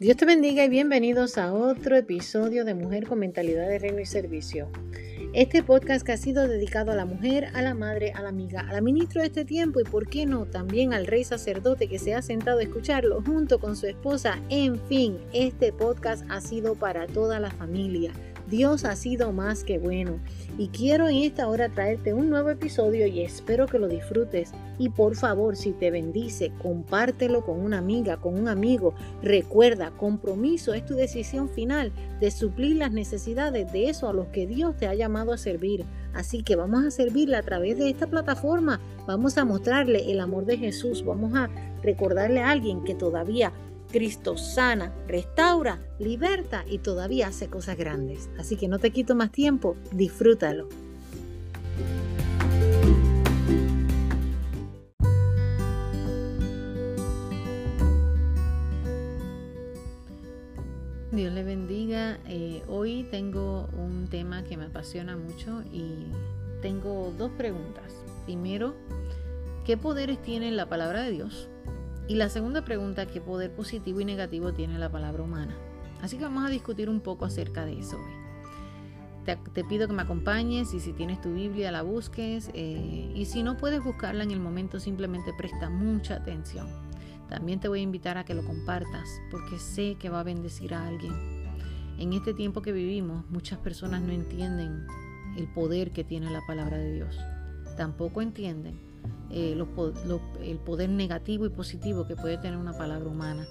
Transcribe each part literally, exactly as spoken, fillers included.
Dios te bendiga y bienvenidos a otro episodio de Mujer con Mentalidad de Reino y Servicio. Este podcast que ha sido dedicado a la mujer, a la madre, a la amiga, a la ministra de este tiempo y, por qué no, también al rey sacerdote que se ha sentado a escucharlo junto con su esposa. En fin, este podcast ha sido para toda la familia. Dios ha sido más que bueno y quiero en esta hora traerte un nuevo episodio y espero que lo disfrutes y por favor, si te bendice, compártelo con una amiga, con un amigo. Recuerda, compromiso es tu decisión final de suplir las necesidades de eso a los que Dios te ha llamado a servir. Así que vamos a servirle a través de esta plataforma, vamos a mostrarle el amor de Jesús, vamos a recordarle a alguien que todavía Cristo sana, restaura, liberta y todavía hace cosas grandes. Así que no te quito más tiempo, disfrútalo. Dios le bendiga. Eh, hoy tengo un tema que me apasiona mucho y tengo dos preguntas. Primero, ¿qué poderes tiene la palabra de Dios? Y la segunda pregunta, ¿qué poder positivo y negativo tiene la palabra humana? Así que vamos a discutir un poco acerca de eso hoy. Te, te pido que me acompañes y si tienes tu Biblia la busques eh, y si no puedes buscarla en el momento, simplemente presta mucha atención. También te voy a invitar a que lo compartas porque sé que va a bendecir a alguien. En este tiempo que vivimos, muchas personas no entienden el poder que tiene la palabra de Dios. Tampoco entienden Eh, lo, lo, el poder negativo y positivo que puede tener una palabra humana.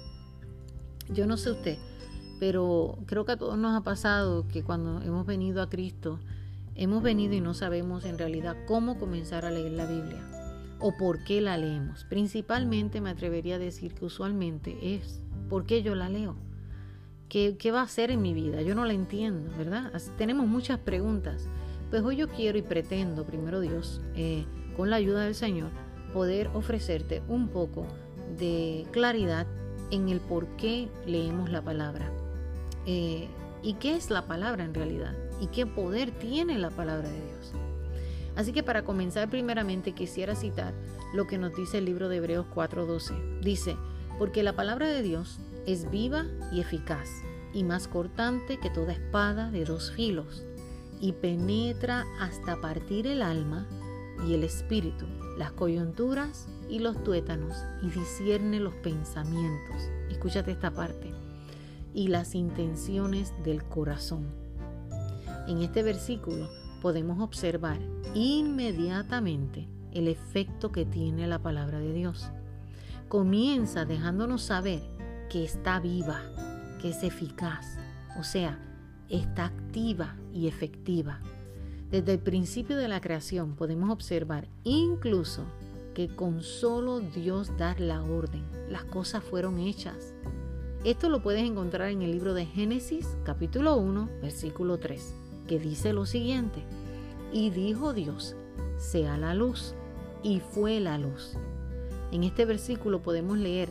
Yo no sé usted, pero creo que a todos nos ha pasado que cuando hemos venido a Cristo, hemos venido y no sabemos en realidad cómo comenzar a leer la Biblia o por qué la leemos. Principalmente me atrevería a decir que usualmente es ¿por qué yo la leo? ¿Qué, qué va a hacer en mi vida? Yo no la entiendo, ¿verdad? Así, tenemos muchas preguntas. Pues hoy yo quiero y pretendo, primero Dios, eh, con la ayuda del Señor, poder ofrecerte un poco de claridad en el por qué leemos la palabra. Eh, ¿Y qué es la palabra en realidad? ¿Y qué poder tiene la palabra de Dios? Así que para comenzar, primeramente quisiera citar lo que nos dice el libro de Hebreos cuatro doce. Dice, porque la palabra de Dios es viva y eficaz, y más cortante que toda espada de dos filos, y penetra hasta partir el alma y el espíritu, las coyunturas y los tuétanos, y discierne los pensamientos. Escúchate esta parte. Y las intenciones del corazón. En este versículo podemos observar inmediatamente el efecto que tiene la palabra de Dios. Comienza dejándonos saber que está viva, que es eficaz, o sea, está activa y efectiva. Desde el principio de la creación podemos observar incluso que con solo Dios dar la orden, las cosas fueron hechas. Esto lo puedes encontrar en el libro de Génesis, capítulo uno, versículo tres, que dice lo siguiente: y dijo Dios, sea la luz, y fue la luz. En este versículo podemos leer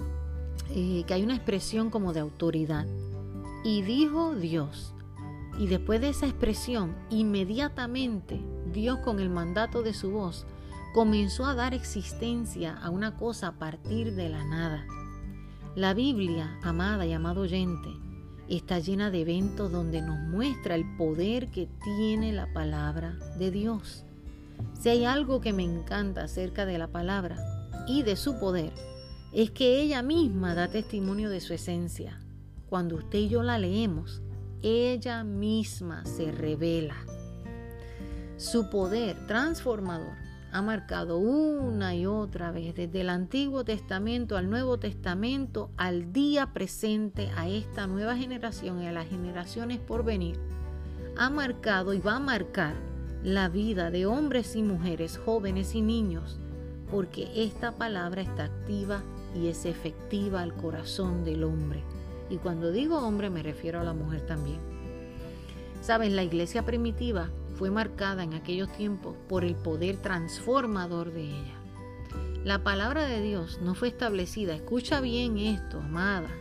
eh, que hay una expresión como de autoridad. Y dijo Dios. Y después de esa expresión, inmediatamente Dios, con el mandato de su voz, comenzó a dar existencia a una cosa a partir de la nada. La Biblia, amada y amado oyente, está llena de eventos donde nos muestra el poder que tiene la palabra de Dios. Si hay algo que me encanta acerca de la palabra y de su poder, es que ella misma da testimonio de su esencia. Cuando usted y yo la leemos, ella misma se revela. Su poder transformador ha marcado una y otra vez, desde el Antiguo Testamento al Nuevo Testamento, al día presente, a esta nueva generación y a las generaciones por venir. Ha marcado y va a marcar la vida de hombres y mujeres, jóvenes y niños, porque esta palabra está activa y es efectiva al corazón del hombre. Y cuando digo hombre me refiero a la mujer también. Saben, la iglesia primitiva fue marcada en aquellos tiempos por el poder transformador de ella. La palabra de Dios no fue establecida, escucha bien esto, amada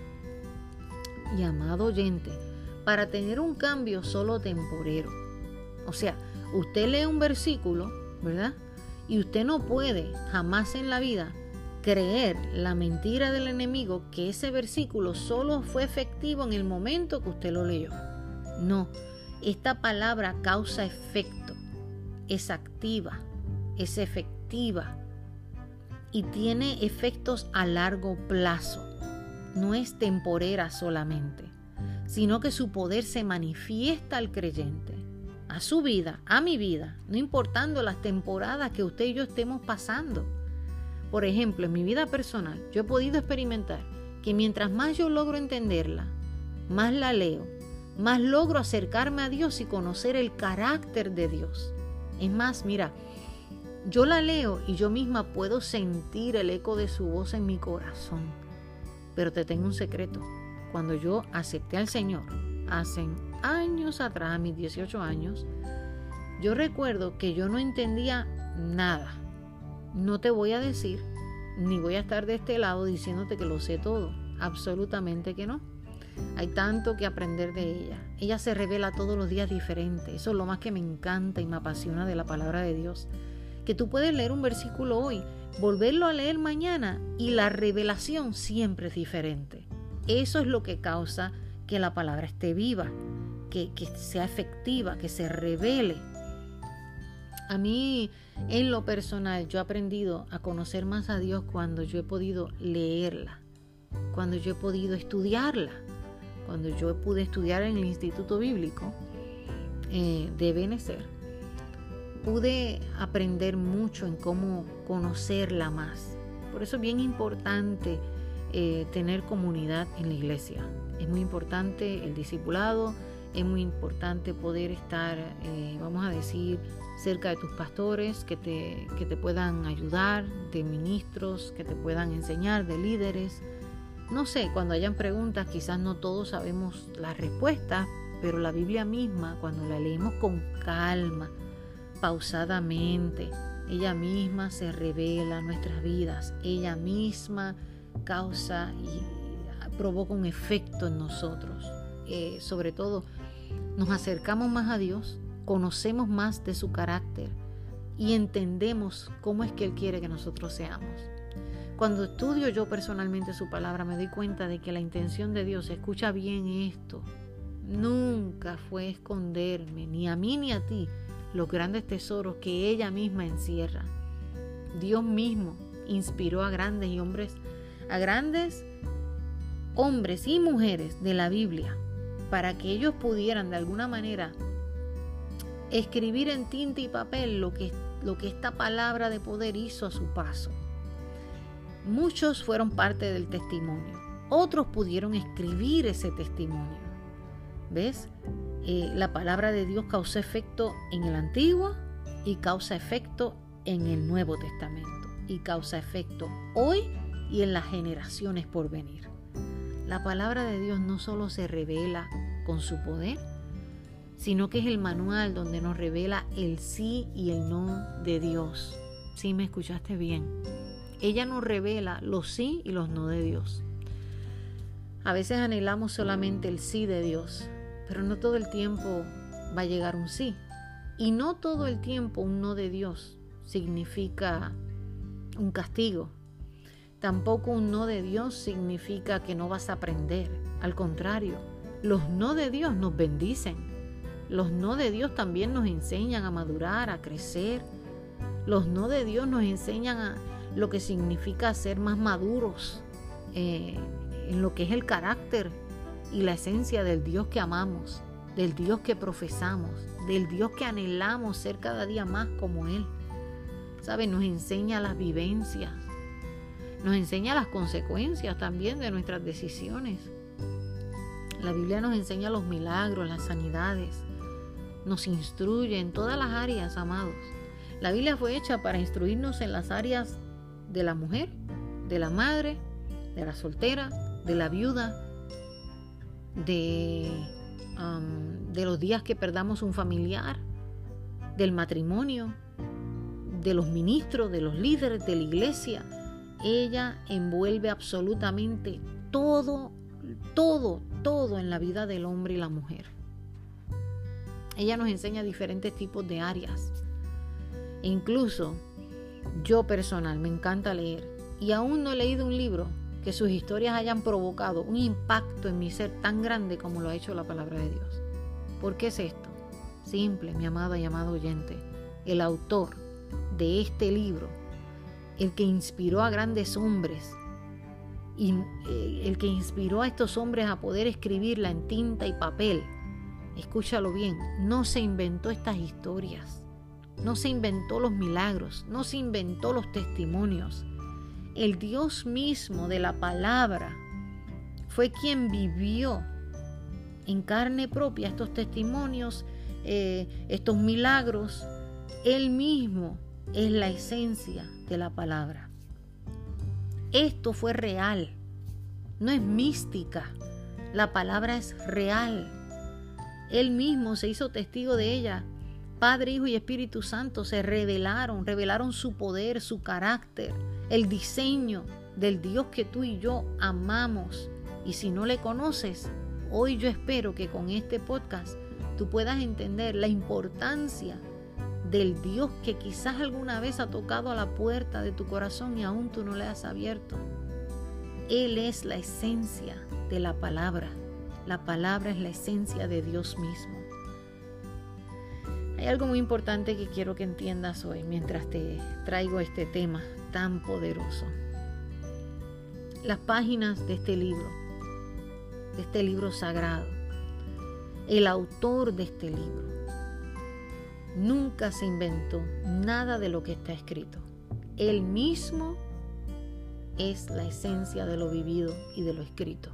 y amado oyente, para tener un cambio solo temporero. O sea, usted lee un versículo, ¿verdad? Y usted no puede jamás en la vida creer la mentira del enemigo, que ese versículo solo fue efectivo en el momento que usted lo leyó. No, esta palabra causa efecto, es activa, es efectiva y tiene efectos a largo plazo. No es temporera solamente, sino que su poder se manifiesta al creyente, a su vida, a mi vida, no importando las temporadas que usted y yo estemos pasando. Por ejemplo, en mi vida personal, yo he podido experimentar que mientras más yo logro entenderla, más la leo, más logro acercarme a Dios y conocer el carácter de Dios. Es más, mira, yo la leo y yo misma puedo sentir el eco de su voz en mi corazón. Pero te tengo un secreto. Cuando yo acepté al Señor, hace años atrás, a mis dieciocho años, yo recuerdo que yo no entendía nada. No te voy a decir, ni voy a estar de este lado diciéndote que lo sé todo. Absolutamente que no. Hay tanto que aprender de ella. Ella se revela todos los días diferente. Eso es lo más que me encanta y me apasiona de la palabra de Dios. Que tú puedes leer un versículo hoy, volverlo a leer mañana y la revelación siempre es diferente. Eso es lo que causa que la palabra esté viva, que, que sea efectiva, que se revele. A mí, en lo personal, yo he aprendido a conocer más a Dios cuando yo he podido leerla, cuando yo he podido estudiarla, cuando yo pude estudiar en el Instituto Bíblico eh, de Benecer. Pude aprender mucho en cómo conocerla más. Por eso es bien importante eh, tener comunidad en la iglesia. Es muy importante el discipulado, es muy importante poder estar, eh, vamos a decir, cerca de tus pastores que te, que te puedan ayudar, de ministros que te puedan enseñar, de líderes. No sé, cuando hayan preguntas, quizás no todos sabemos las respuestas, pero la Biblia misma, cuando la leemos con calma, pausadamente, ella misma se revela en nuestras vidas, ella misma causa y provoca un efecto en nosotros. Eh, sobre todo, nos acercamos más a Dios, conocemos más de su carácter y entendemos cómo es que Él quiere que nosotros seamos. Cuando estudio yo personalmente su palabra, me doy cuenta de que la intención de Dios, escucha bien esto, nunca fue esconderme, ni a mí ni a ti, los grandes tesoros que ella misma encierra. Dios mismo inspiró a grandes y hombres, a grandes hombres y mujeres de la Biblia, para que ellos pudieran de alguna manera escribir en tinta y papel lo que, lo que esta palabra de poder hizo a su paso. Muchos fueron parte del testimonio, otros pudieron escribir ese testimonio. ¿Ves? Eh, la palabra de Dios causó efecto en el Antiguo y causa efecto en el Nuevo Testamento y causa efecto hoy y en las generaciones por venir. La palabra de Dios no solo se revela con su poder, sino que es el manual donde nos revela el sí y el no de Dios. Sí, me escuchaste bien. Ella nos revela los sí y los no de Dios. A veces anhelamos solamente el sí de Dios, pero no todo el tiempo va a llegar un sí. Y no todo el tiempo un no de Dios significa un castigo. Tampoco un no de Dios significa que no vas a aprender. Al contrario, los no de Dios nos bendicen. Los no de Dios también nos enseñan a madurar, a crecer. Los no de Dios nos enseñan a lo que significa ser más maduros eh, en lo que es el carácter y la esencia del Dios que amamos, del Dios que profesamos, del Dios que anhelamos ser cada día más como Él. ¿Sabe? Nos enseña las vivencias, nos enseña las consecuencias también de nuestras decisiones. La Biblia nos enseña los milagros, las sanidades, nos instruye en todas las áreas, amados. La Biblia fue hecha para instruirnos en las áreas de la mujer, de la madre, de la soltera, de la viuda, de, um, de los días que perdamos un familiar, del matrimonio, de los ministros, de los líderes de la iglesia. Ella envuelve absolutamente todo, todo, todo en la vida del hombre y la mujer. Ella nos enseña diferentes tipos de áreas. E incluso yo personal me encanta leer y aún no he leído un libro que sus historias hayan provocado un impacto en mi ser tan grande como lo ha hecho la palabra de Dios. ¿Por qué es esto? Simple, mi amado y amado oyente. El autor de este libro, el que inspiró a grandes hombres, y el que inspiró a estos hombres a poder escribirla en tinta y papel, escúchalo bien, no se inventó estas historias, no se inventó los milagros, no se inventó los testimonios. El Dios mismo de la palabra fue quien vivió en carne propia estos testimonios, eh, estos milagros. Él mismo es la esencia de la palabra. Esto fue real, no es mística, la palabra es real. Él mismo se hizo testigo de ella. Padre, Hijo y Espíritu Santo se revelaron, revelaron su poder, su carácter, el diseño del Dios que tú y yo amamos. Y si no le conoces, hoy yo espero que con este podcast tú puedas entender la importancia del Dios que quizás alguna vez ha tocado a la puerta de tu corazón y aún tú no le has abierto. Él es la esencia de la palabra. La palabra es la esencia de Dios mismo. Hay algo muy importante que quiero que entiendas hoy mientras te traigo este tema tan poderoso. Las páginas de este libro, de este libro sagrado, el autor de este libro, nunca se inventó nada de lo que está escrito. Él mismo es la esencia de lo vivido y de lo escrito.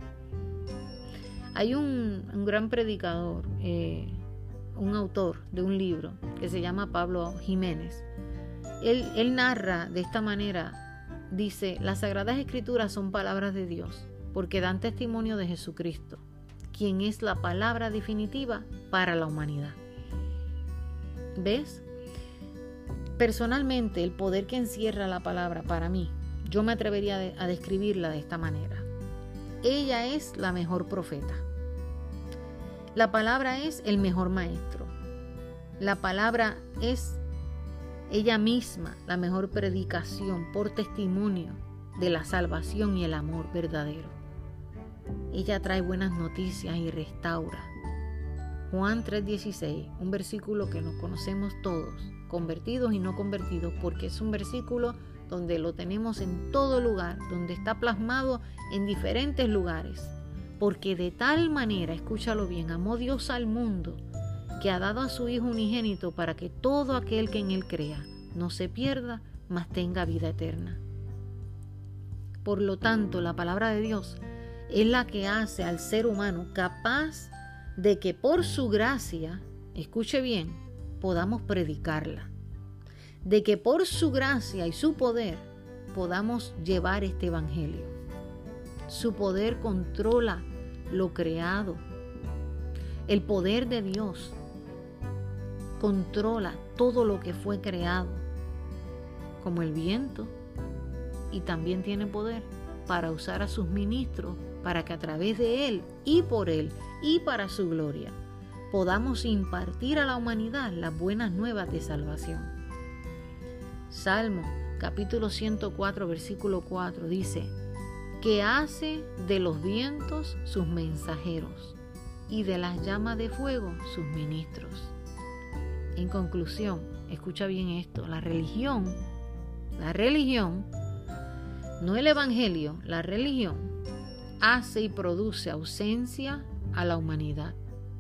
Hay un, un gran predicador, eh, un autor de un libro que se llama Pablo Jiménez. Él, él narra de esta manera, dice: las Sagradas Escrituras son palabras de Dios porque dan testimonio de Jesucristo, quien es la palabra definitiva para la humanidad. ¿Ves? Personalmente, el poder que encierra la palabra para mí, yo me atrevería a describirla de esta manera. Ella es la mejor profeta. La palabra es el mejor maestro. La palabra es ella misma la mejor predicación por testimonio de la salvación y el amor verdadero. Ella trae buenas noticias y restaura. Juan tres dieciséis, un versículo que nos conocemos todos, convertidos y no convertidos, porque es un versículo donde lo tenemos en todo lugar, donde está plasmado en diferentes lugares. Porque de tal manera, escúchalo bien, amó Dios al mundo, que ha dado a su Hijo unigénito para que todo aquel que en Él crea no se pierda, mas tenga vida eterna. Por lo tanto, la palabra de Dios es la que hace al ser humano capaz de que por su gracia, escuche bien, podamos predicarla. De que por su gracia y su poder podamos llevar este evangelio. Su poder controla lo creado. El poder de Dios controla todo lo que fue creado, como el viento, y también tiene poder para usar a sus ministros para que a través de Él y por Él y para su gloria podamos impartir a la humanidad las buenas nuevas de salvación. Salmo capítulo ciento cuatro versículo cuatro dice: que hace de los vientos sus mensajeros y de las llamas de fuego sus ministros. En conclusión, escucha bien esto, la religión, la religión, no el evangelio, la religión hace y produce ausencia a la humanidad.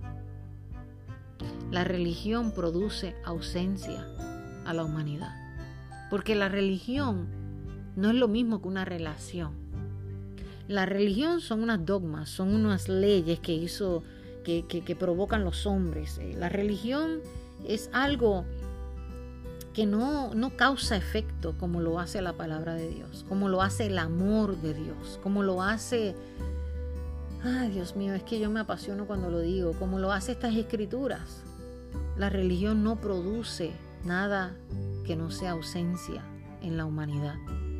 La religión produce ausencia a la humanidad, porque la religión no es lo mismo que una relación. La religión son unas dogmas, son unas leyes que hizo, que, que, que provocan los hombres. La religión es algo que no, no causa efecto como lo hace la palabra de Dios, como lo hace el amor de Dios, como lo hace, ay Dios mío, es que yo me apasiono cuando lo digo, como lo hace estas escrituras. La religión no produce nada que no sea ausencia en la humanidad.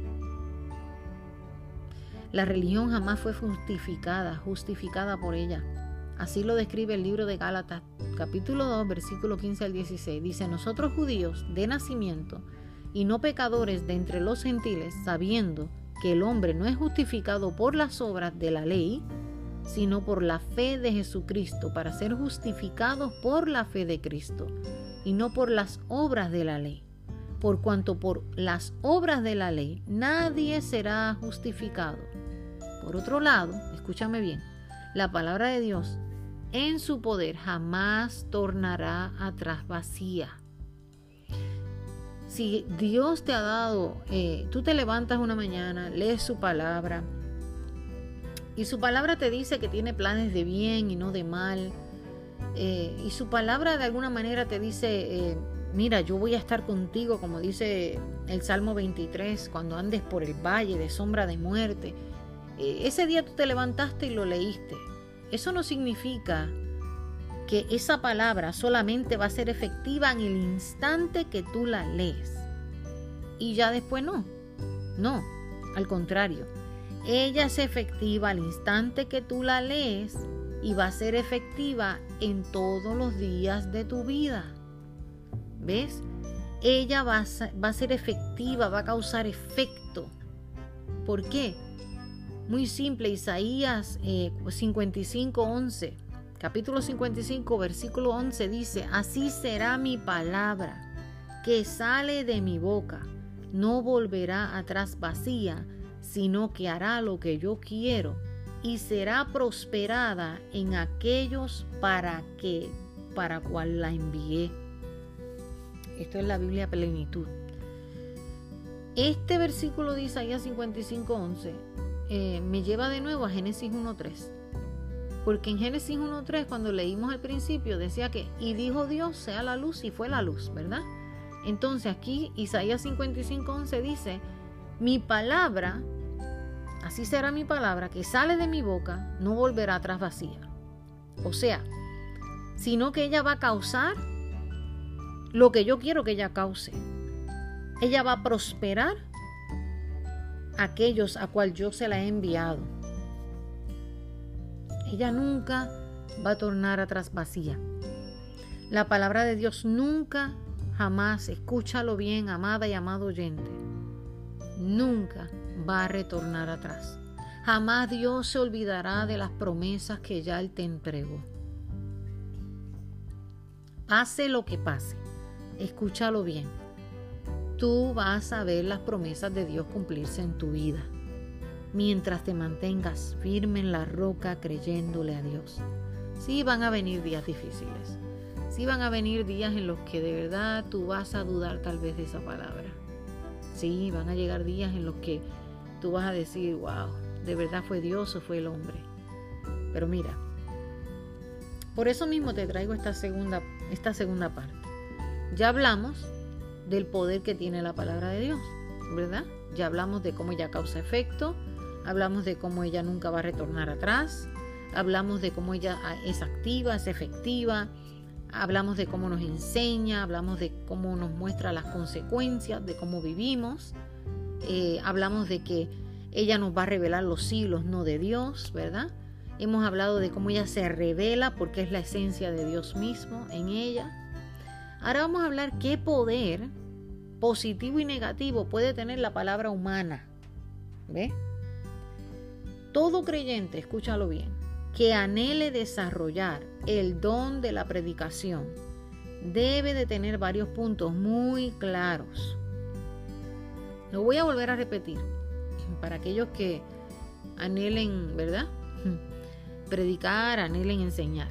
La religión jamás fue justificada, justificada por ella. Así lo describe el libro de Gálatas, capítulo dos, versículo quince al dieciséis. Dice: nosotros judíos de nacimiento y no pecadores de entre los gentiles, sabiendo que el hombre no es justificado por las obras de la ley, sino por la fe de Jesucristo, para ser justificados por la fe de Cristo y no por las obras de la ley. Por cuanto por las obras de la ley nadie será justificado. Por otro lado, escúchame bien, la palabra de Dios en su poder jamás tornará atrás vacía. Si Dios te ha dado, eh, tú te levantas una mañana, lees su palabra, y su palabra te dice que tiene planes de bien y no de mal, eh, y su palabra de alguna manera te dice, eh, mira, yo voy a estar contigo, como dice el Salmo veintitrés, cuando andes por el valle de sombra de muerte. Eh, ese día tú te levantaste y lo leíste. Eso no significa que esa palabra solamente va a ser efectiva en el instante que tú la lees y ya después no. No, al contrario, ella es efectiva al instante que tú la lees y va a ser efectiva en todos los días de tu vida. ¿Ves? Ella va a, va a ser efectiva, va a causar efecto. ¿Por qué? Muy simple, Isaías eh, cincuenta y cinco, once, capítulo cincuenta y cinco, versículo once dice, así será mi palabra que sale de mi boca, no volverá atrás vacía, sino que hará lo que yo quiero y será prosperada en aquellos para que, para cual la envié. Esto es la Biblia plenitud. Este versículo de Isaías cincuenta y cinco, once Eh, me lleva de nuevo a Génesis uno tres, porque en Génesis uno tres, cuando leímos al principio, decía que y dijo Dios sea la luz, y fue la luz, ¿verdad? Entonces aquí Isaías cincuenta y cinco, once dice, mi palabra, así será mi palabra que sale de mi boca, no volverá atrás vacía, o sea, sino que ella va a causar lo que yo quiero que ella cause. Ella va a prosperar aquellos a cual yo se la he enviado. Ella nunca va a tornar atrás vacía. La palabra de Dios nunca, jamás, escúchalo bien, amada y amado oyente, nunca va a retornar atrás. Jamás Dios se olvidará de las promesas que ya Él te entregó. Pase lo que pase, escúchalo bien. Tú vas a ver las promesas de Dios cumplirse en tu vida, mientras te mantengas firme en la roca creyéndole a Dios. Sí van a venir días difíciles, sí van a venir días en los que de verdad tú vas a dudar tal vez de esa palabra. Sí, van a llegar días en los que tú vas a decir, wow, ¿de verdad fue Dios o fue el hombre? Pero mira, por eso mismo te traigo esta segunda, esta segunda parte. Ya hablamos del poder que tiene la palabra de Dios, ¿verdad? Ya hablamos de cómo ella causa efecto, hablamos de cómo ella nunca va a retornar atrás, hablamos de cómo ella es activa, es efectiva, hablamos de cómo nos enseña, hablamos de cómo nos muestra las consecuencias de cómo vivimos, eh, hablamos de que ella nos va a revelar los siglos no de Dios, ¿verdad? Hemos hablado de cómo ella se revela porque es la esencia de Dios mismo en ella. Ahora vamos a hablar qué poder positivo y negativo puede tener la palabra humana. ¿Ves? Todo creyente, escúchalo bien, que anhele desarrollar el don de la predicación debe de tener varios puntos muy claros. Lo voy a volver a repetir para aquellos que anhelen, ¿verdad? Predicar, anhelen enseñar.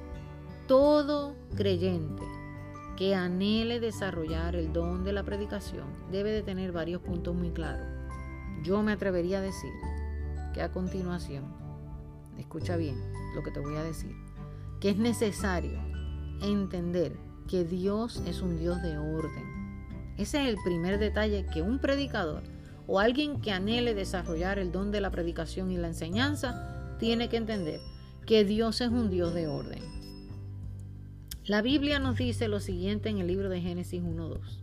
Todo creyente que anhele desarrollar el don de la predicación debe de tener varios puntos muy claros. Yo me atrevería a decir que a continuación, escucha bien lo que te voy a decir, que es necesario entender que Dios es un Dios de orden. Ese es el primer detalle que un predicador o alguien que anhele desarrollar el don de la predicación y la enseñanza tiene que entender, que Dios es un Dios de orden. La Biblia nos dice lo siguiente en el libro de Génesis uno dos.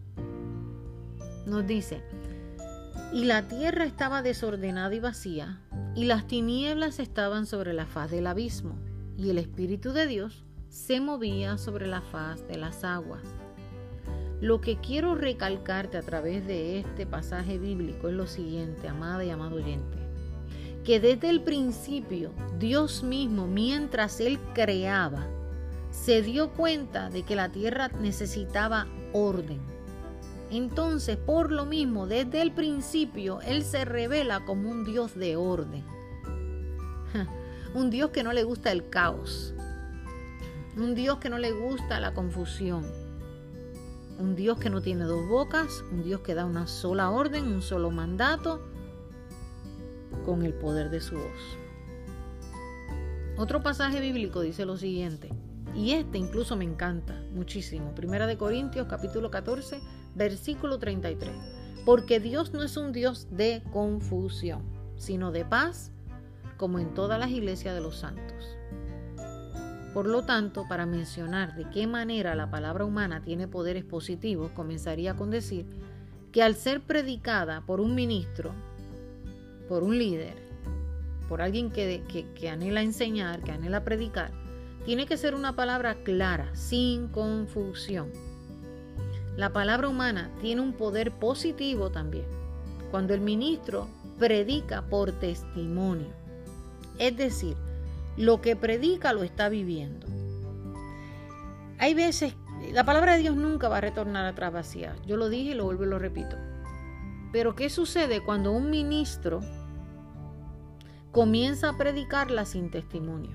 Nos dice, y la tierra estaba desordenada y vacía, y las tinieblas estaban sobre la faz del abismo, y el Espíritu de Dios se movía sobre la faz de las aguas. Lo que quiero recalcarte a través de este pasaje bíblico es lo siguiente, amada y amado oyente, que desde el principio Dios mismo, mientras Él creaba, se dio cuenta de que la tierra necesitaba orden. Entonces, por lo mismo, desde el principio, Él se revela como un Dios de orden. Un Dios que no le gusta el caos. Un Dios que no le gusta la confusión. Un Dios que no tiene dos bocas. Un Dios que da una sola orden, un solo mandato, con el poder de su voz. Otro pasaje bíblico dice lo siguiente, y este incluso me encanta muchísimo. Primera de Corintios, capítulo catorce, versículo treinta y tres. Porque Dios no es un Dios de confusión, sino de paz, como en todas las iglesias de los santos. Por lo tanto, para mencionar de qué manera la palabra humana tiene poderes positivos, comenzaría con decir que al ser predicada por un ministro, por un líder, por alguien que, que, que anhela enseñar, que anhela predicar, tiene que ser una palabra clara, sin confusión. La palabra humana tiene un poder positivo también, cuando el ministro predica por testimonio. Es decir, lo que predica lo está viviendo. Hay veces, la palabra de Dios nunca va a retornar atrás vacía. Yo lo dije y lo vuelvo y lo repito. Pero ¿qué sucede cuando un ministro comienza a predicarla sin testimonio?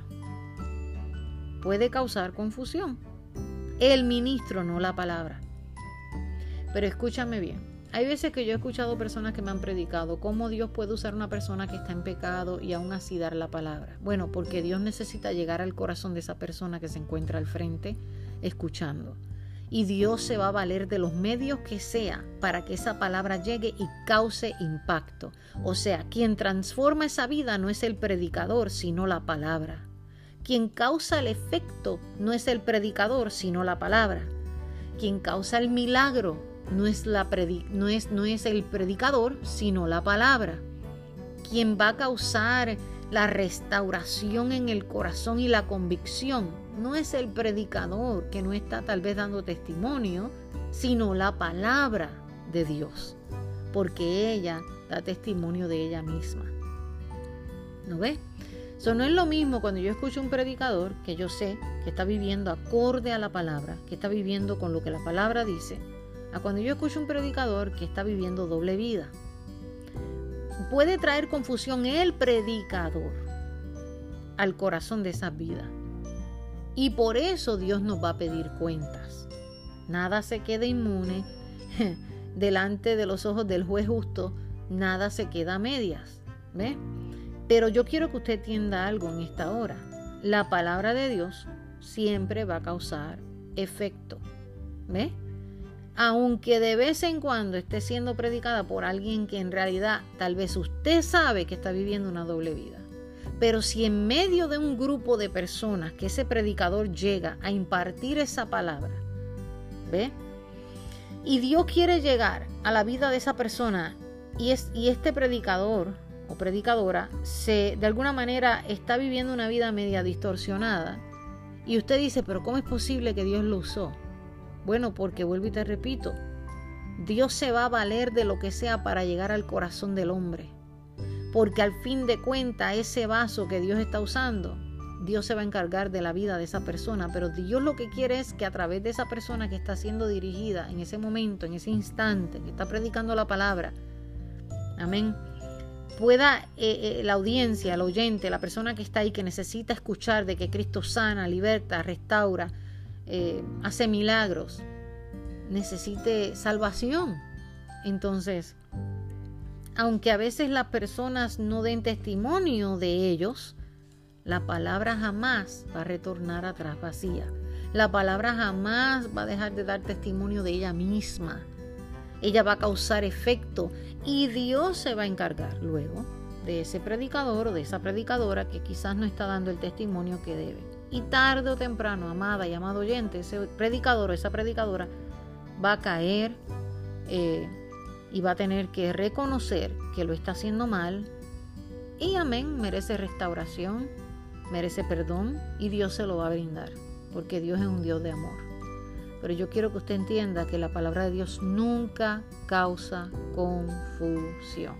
Puede causar confusión. El ministro, no la palabra. Pero escúchame bien. Hay veces que yo he escuchado personas que me han predicado cómo Dios puede usar una persona que está en pecado y aún así dar la palabra. Bueno, porque Dios necesita llegar al corazón de esa persona que se encuentra al frente escuchando. Y Dios se va a valer de los medios que sea para que esa palabra llegue y cause impacto. O sea, quien transforma esa vida no es el predicador, sino la palabra. Quien causa el efecto no es el predicador, sino la palabra. Quien causa el milagro no es, la predi- no es, no es el predicador, sino la palabra. Quien va a causar la restauración en el corazón y la convicción no es el predicador, que no está tal vez dando testimonio, sino la palabra de Dios, porque ella da testimonio de ella misma. ¿No ves? Eso no es lo mismo cuando yo escucho un predicador que yo sé que está viviendo acorde a la palabra, que está viviendo con lo que la palabra dice, a cuando yo escucho un predicador que está viviendo doble vida. Puede traer confusión el predicador al corazón de esas vidas. Y por eso Dios nos va a pedir cuentas. Nada se queda inmune delante de los ojos del juez justo, nada se queda a medias. ¿Ve? Pero yo quiero que usted entienda algo en esta hora. La palabra de Dios siempre va a causar efecto. ¿Ve? Aunque de vez en cuando esté siendo predicada por alguien que en realidad tal vez usted sabe que está viviendo una doble vida. Pero si en medio de un grupo de personas que ese predicador llega a impartir esa palabra, ¿ve? Y Dios quiere llegar a la vida de esa persona y, es, y este predicador o predicadora se, de alguna manera está viviendo una vida media distorsionada y usted dice, pero ¿cómo es posible que Dios lo usó? Bueno, porque vuelvo y te repito, Dios se va a valer de lo que sea para llegar al corazón del hombre. Porque al fin de cuentas, ese vaso que Dios está usando, Dios se va a encargar de la vida de esa persona. Pero Dios lo que quiere es que a través de esa persona que está siendo dirigida en ese momento, en ese instante, que está predicando la palabra, amén, pueda eh, eh, la audiencia, el oyente, la persona que está ahí, que necesita escuchar de que Cristo sana, liberta, restaura, eh, hace milagros, necesite salvación. Entonces, aunque a veces las personas no den testimonio de ellos, la palabra jamás va a retornar atrás vacía. La palabra jamás va a dejar de dar testimonio de ella misma. Ella va a causar efecto y Dios se va a encargar luego de ese predicador o de esa predicadora que quizás no está dando el testimonio que debe. Y tarde o temprano, amada y amado oyente, ese predicador o esa predicadora va a caer eh, y va a tener que reconocer que lo está haciendo mal y amén, merece restauración, merece perdón y Dios se lo va a brindar porque Dios es un Dios de amor. pero yo quiero que usted entienda que la palabra de Dios nunca causa confusión.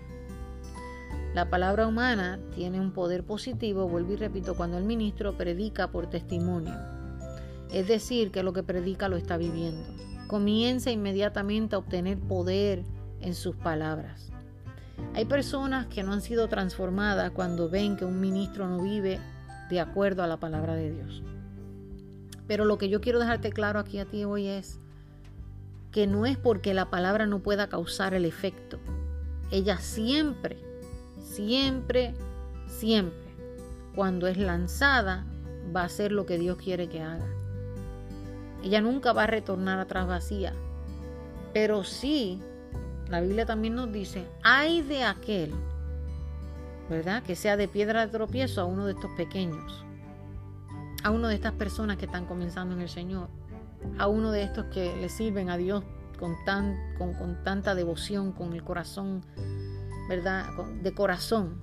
La palabra humana tiene un poder positivo, vuelvo y repito, cuando el ministro predica por testimonio. Es decir, que lo que predica lo está viviendo. Comienza inmediatamente a obtener poder en sus palabras. Hay personas que no han sido transformadas cuando ven que un ministro no vive de acuerdo a la palabra de Dios. Pero lo que yo quiero dejarte claro aquí a ti hoy es que no es porque la palabra no pueda causar el efecto. Ella siempre, siempre, siempre, cuando es lanzada, va a hacer lo que Dios quiere que haga. Ella nunca va a retornar atrás vacía. Pero sí, la Biblia también nos dice, ay de aquel, ¿verdad?, que sea de piedra de tropiezo a uno de estos pequeños, a uno de estas personas que están comenzando en el Señor, a uno de estos que le sirven a Dios con, tan, con, con tanta devoción, con el corazón, ¿verdad?, de corazón.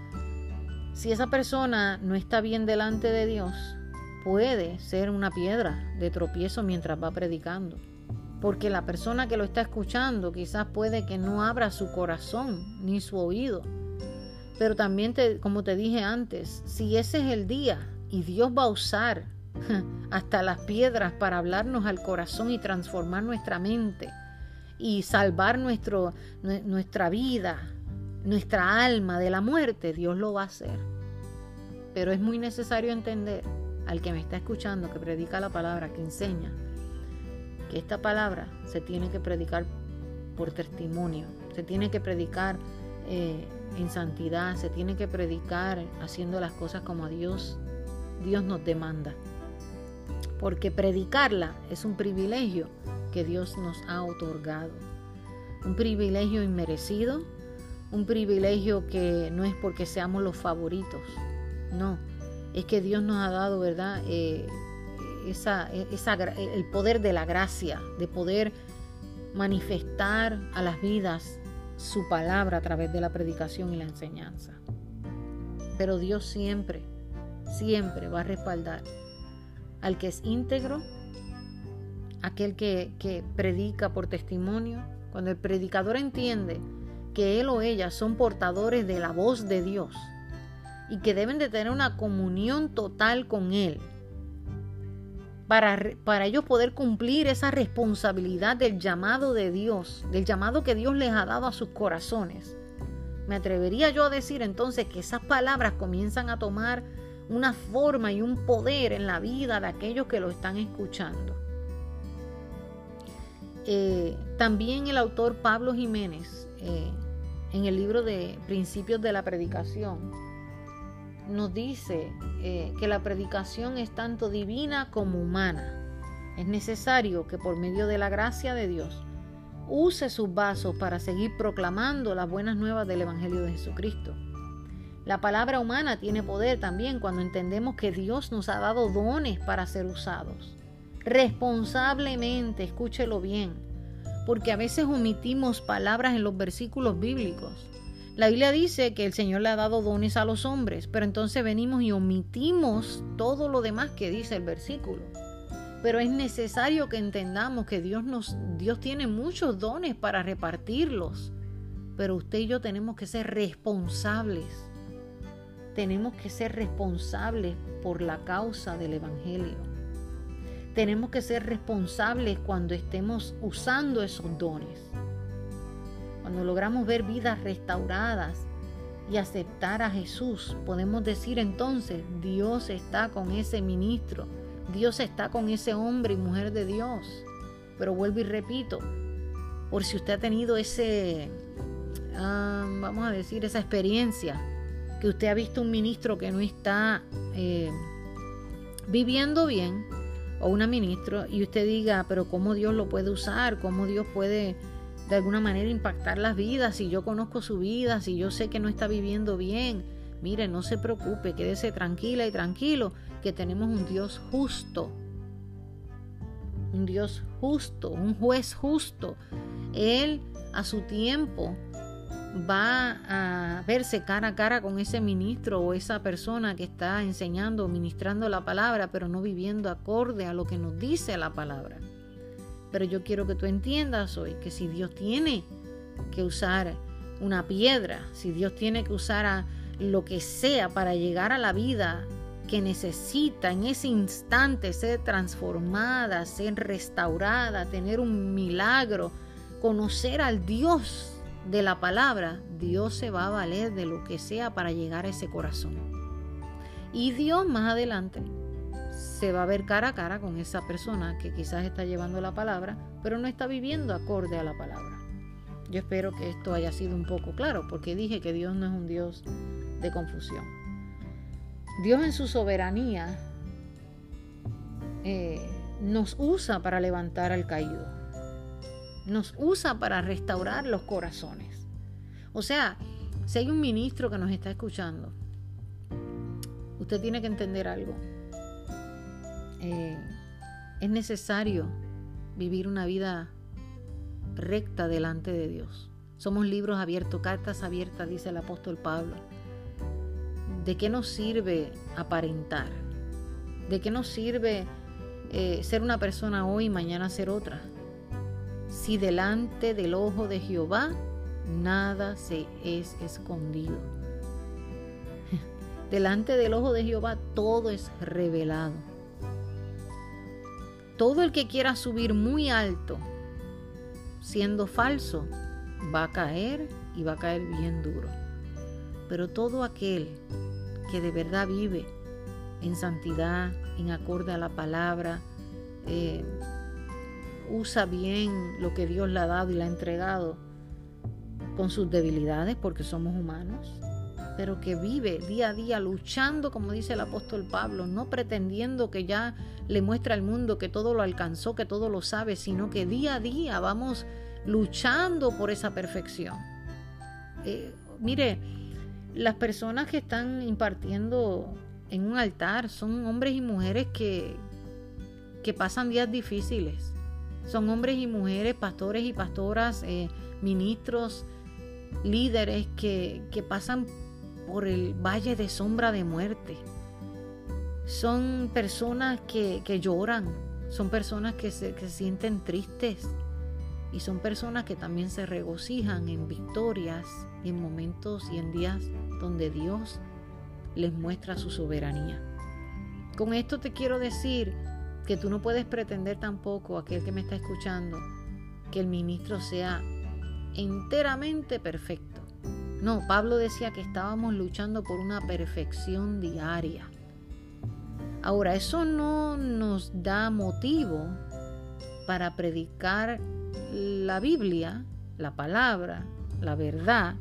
Si esa persona no está bien delante de Dios, puede ser una piedra de tropiezo mientras va predicando, porque la persona que lo está escuchando quizás puede que no abra su corazón ni su oído. Pero también, te, como te dije antes, si ese es el día y Dios va a usar hasta las piedras para hablarnos al corazón y transformar nuestra mente y salvar nuestro, nuestra vida, nuestra alma de la muerte, Dios lo va a hacer. Pero es muy necesario entender al que me está escuchando, que predica la palabra, que enseña, que esta palabra se tiene que predicar por testimonio, se tiene que predicar eh, en santidad, se tiene que predicar haciendo las cosas como a Dios, Dios nos demanda. Porque predicarla es un privilegio que Dios nos ha otorgado. Un privilegio inmerecido, un privilegio que no es porque seamos los favoritos, no. Es que Dios nos ha dado, ¿verdad?, eh, esa, esa, el poder de la gracia, de poder manifestar a las vidas su palabra a través de la predicación y la enseñanza. Pero Dios siempre, siempre va a respaldar al que es íntegro, aquel que, que predica por testimonio. Cuando el predicador entiende que él o ella son portadores de la voz de Dios y que deben de tener una comunión total con Él para, para ellos poder cumplir esa responsabilidad del llamado de Dios, del llamado que Dios les ha dado a sus corazones. Me atrevería yo a decir entonces que esas palabras comienzan a tomar una forma y un poder en la vida de aquellos que lo están escuchando. Eh, también el autor Pablo Jiménez, eh, en el libro de Principios de la Predicación, nos dice eh, que la predicación es tanto divina como humana. Es necesario que por medio de la gracia de Dios use sus vasos para seguir proclamando las buenas nuevas del Evangelio de Jesucristo. La palabra humana tiene poder también cuando entendemos que Dios nos ha dado dones para ser usados. Responsablemente, escúchelo bien, porque a veces omitimos palabras en los versículos bíblicos. La Biblia dice que el Señor le ha dado dones a los hombres, pero entonces venimos y omitimos todo lo demás que dice el versículo. Pero es necesario que entendamos que Dios nos, Dios tiene muchos dones para repartirlos, pero usted y yo tenemos que ser responsables. Tenemos que ser responsables por la causa del Evangelio. Tenemos que ser responsables cuando estemos usando esos dones. Cuando logramos ver vidas restauradas y aceptar a Jesús, podemos decir entonces, Dios está con ese ministro, Dios está con ese hombre y mujer de Dios. Pero vuelvo y repito, por si usted ha tenido ese, um, vamos a decir, esa experiencia, que usted ha visto un ministro que no está eh, viviendo bien, o una ministra, y usted diga, pero ¿cómo Dios lo puede usar? ¿Cómo Dios puede de alguna manera impactar las vidas? Si yo conozco su vida, si yo sé que no está viviendo bien. Mire, no se preocupe, quédese tranquila y tranquilo, que tenemos un Dios justo. Un Dios justo, un juez justo. Él, a su tiempo, va a verse cara a cara con ese ministro o esa persona que está enseñando o ministrando la palabra, pero no viviendo acorde a lo que nos dice la palabra. Pero yo quiero que tú entiendas hoy que si Dios tiene que usar una piedra, si Dios tiene que usar a lo que sea para llegar a la vida que necesita en ese instante ser transformada, ser restaurada, tener un milagro, conocer al Dios de la palabra, Dios se va a valer de lo que sea para llegar a ese corazón. Y Dios más adelante se va a ver cara a cara con esa persona que quizás está llevando la palabra, pero no está viviendo acorde a la palabra. Yo espero que esto haya sido un poco claro, porque dije que Dios no es un Dios de confusión. Dios en su soberanía eh, nos usa para levantar al caído. Nos usa para restaurar los corazones. O sea, si hay un ministro que nos está escuchando, usted tiene que entender algo. Eh, es necesario vivir una vida recta delante de Dios. Somos libros abiertos, cartas abiertas, dice el apóstol Pablo. ¿De qué nos sirve aparentar? ¿De qué nos sirve eh, ser una persona hoy y mañana ser otra? Si delante del ojo de Jehová nada se es escondido. Delante del ojo de Jehová todo es revelado. Todo el que quiera subir muy alto, siendo falso, va a caer y va a caer bien duro. Pero todo aquel que de verdad vive en santidad, en acorde a la palabra, eh, usa bien lo que Dios le ha dado y le ha entregado, con sus debilidades, porque somos humanos, pero que vive día a día luchando, como dice el apóstol Pablo, no pretendiendo que ya le muestre al mundo que todo lo alcanzó, que todo lo sabe, sino que día a día vamos luchando por esa perfección. Eh, mire, las personas que están impartiendo en un altar son hombres y mujeres que, que pasan días difíciles. Son hombres y mujeres, pastores y pastoras, eh, ministros, líderes que, que pasan por el valle de sombra de muerte. Son personas que, que lloran, son personas que se, que se sienten tristes y son personas que también se regocijan en victorias y en momentos y en días donde Dios les muestra su soberanía. Con esto te quiero decir que tú no puedes pretender tampoco, aquel que me está escuchando, que el ministro sea enteramente perfecto. No, Pablo decía que estábamos luchando por una perfección diaria. Ahora, eso no nos da motivo para predicar la Biblia, la palabra, la verdad,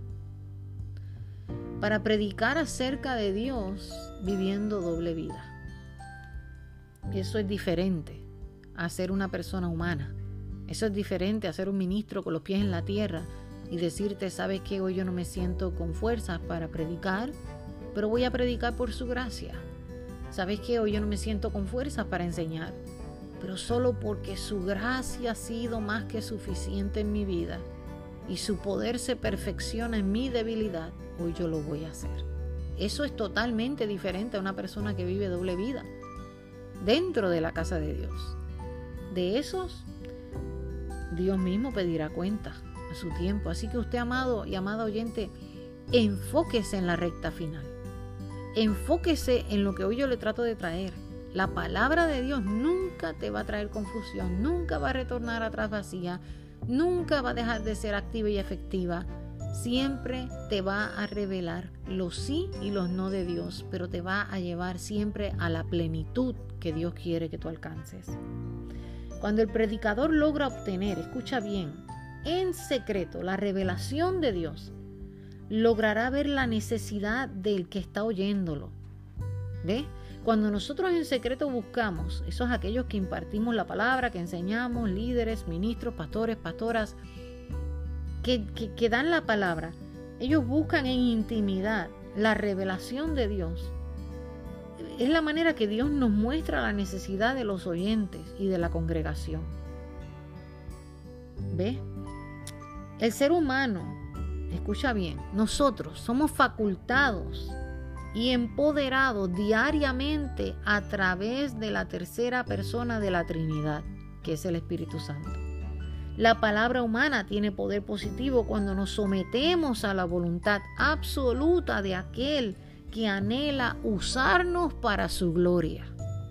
para predicar acerca de Dios viviendo doble vida. Eso es diferente a ser una persona humana. Eso es diferente a ser un ministro con los pies en la tierra y decirte, ¿sabes qué? Hoy yo no me siento con fuerzas para predicar, pero voy a predicar por su gracia. ¿Sabes qué? Hoy yo no me siento con fuerzas para enseñar, pero solo porque su gracia ha sido más que suficiente en mi vida y su poder se perfecciona en mi debilidad, hoy yo lo voy a hacer. Eso es totalmente diferente a una persona que vive doble vida dentro de la casa de Dios. De esos, Dios mismo pedirá cuenta a su tiempo. Así que usted, amado y amada oyente, enfóquese en la recta final. Enfóquese en lo que hoy yo le trato de traer. La palabra de Dios nunca te va a traer confusión, nunca va a retornar atrás vacía, nunca va a dejar de ser activa y efectiva. Siempre te va a revelar los sí y los no de Dios, pero te va a llevar siempre a la plenitud que Dios quiere que tú alcances. Cuando el predicador logra obtener, escucha bien, en secreto la revelación de Dios, logrará ver la necesidad del que está oyéndolo. ¿Ves? Cuando nosotros en secreto buscamos, esos aquellos que impartimos la palabra, que enseñamos, líderes, ministros, pastores, pastoras, que, que, que dan la palabra, ellos buscan en intimidad la revelación de Dios. Es la manera que Dios nos muestra la necesidad de los oyentes y de la congregación. ¿Ves? El ser humano, escucha bien, nosotros somos facultados y empoderados diariamente a través de la tercera persona de la Trinidad. que es el Espíritu Santo. La palabra humana tiene poder positivo cuando nos sometemos a la voluntad absoluta de aquel que anhela usarnos para su gloria.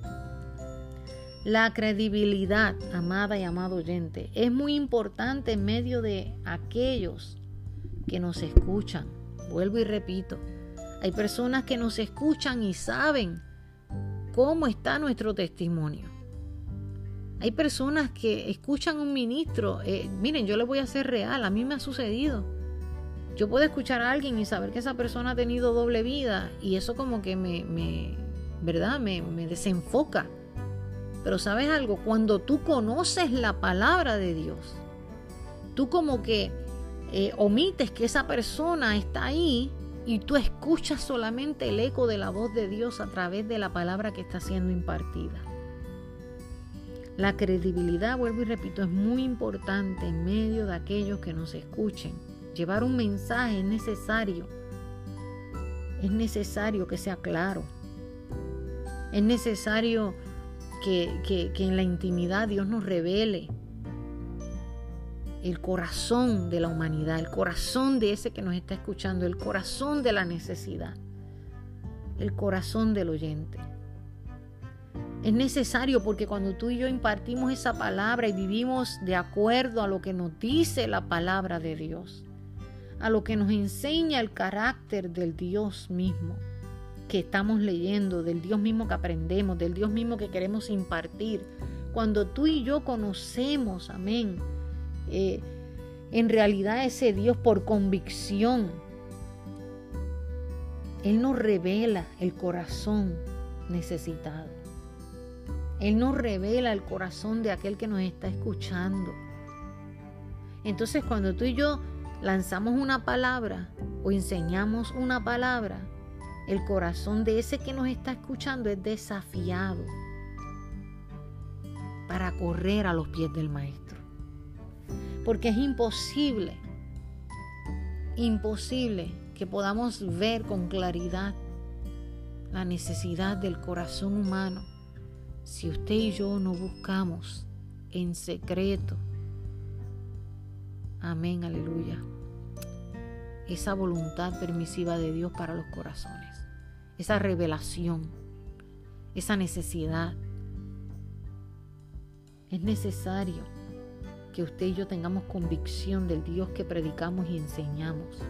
La credibilidad, amada y amado oyente, es muy importante en medio de aquellos que nos escuchan. Vuelvo y repito, hay personas que nos escuchan y saben cómo está nuestro testimonio. Hay personas que escuchan a un ministro. Eh, miren, yo les voy a ser real, a mí me ha sucedido. Yo puedo escuchar a alguien y saber que esa persona ha tenido doble vida y eso como que me, me ¿verdad? Me, me desenfoca. Pero ¿sabes algo? Cuando tú conoces la palabra de Dios, tú como que eh, omites que esa persona está ahí y tú escuchas solamente el eco de la voz de Dios a través de la palabra que está siendo impartida. La credibilidad, vuelvo y repito, es muy importante en medio de aquellos que nos escuchen. Llevar un mensaje es necesario. Es necesario que sea claro. Es necesario que, que, que en la intimidad Dios nos revele el corazón de la humanidad, el corazón de ese que nos está escuchando, el corazón de la necesidad, el corazón del oyente. Es necesario porque cuando tú y yo impartimos esa palabra y vivimos de acuerdo a lo que nos dice la palabra de Dios, a lo que nos enseña el carácter del Dios mismo que estamos leyendo, del Dios mismo que aprendemos, del Dios mismo que queremos impartir, cuando tú y yo conocemos, amén, eh, en realidad ese Dios por convicción, Él nos revela el corazón necesitado. Él nos revela el corazón de aquel que nos está escuchando. Entonces, cuando tú y yo lanzamos una palabra o enseñamos una palabra, el corazón de ese que nos está escuchando es desafiado para correr a los pies del Maestro. Porque es imposible, imposible que podamos ver con claridad la necesidad del corazón humano si usted y yo no buscamos en secreto, amén, aleluya, esa voluntad permisiva de Dios para los corazones, esa revelación, esa necesidad. Es necesario que usted y yo tengamos convicción del Dios que predicamos y enseñamos.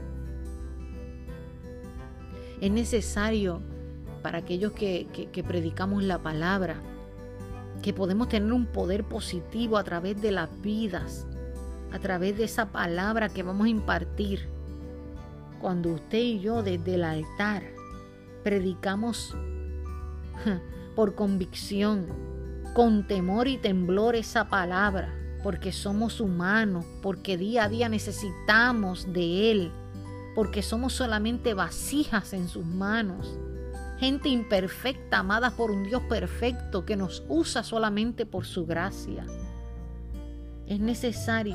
Es necesario para aquellos que, que, que predicamos la palabra, que podemos tener un poder positivo a través de las vidas, a través de esa palabra que vamos a impartir. Cuando usted y yo desde el altar predicamos por convicción, con temor y temblor esa palabra, porque somos humanos, porque día a día necesitamos de Él, porque somos solamente vasijas en sus manos, gente imperfecta, amada por un Dios perfecto que nos usa solamente por su gracia. Es necesario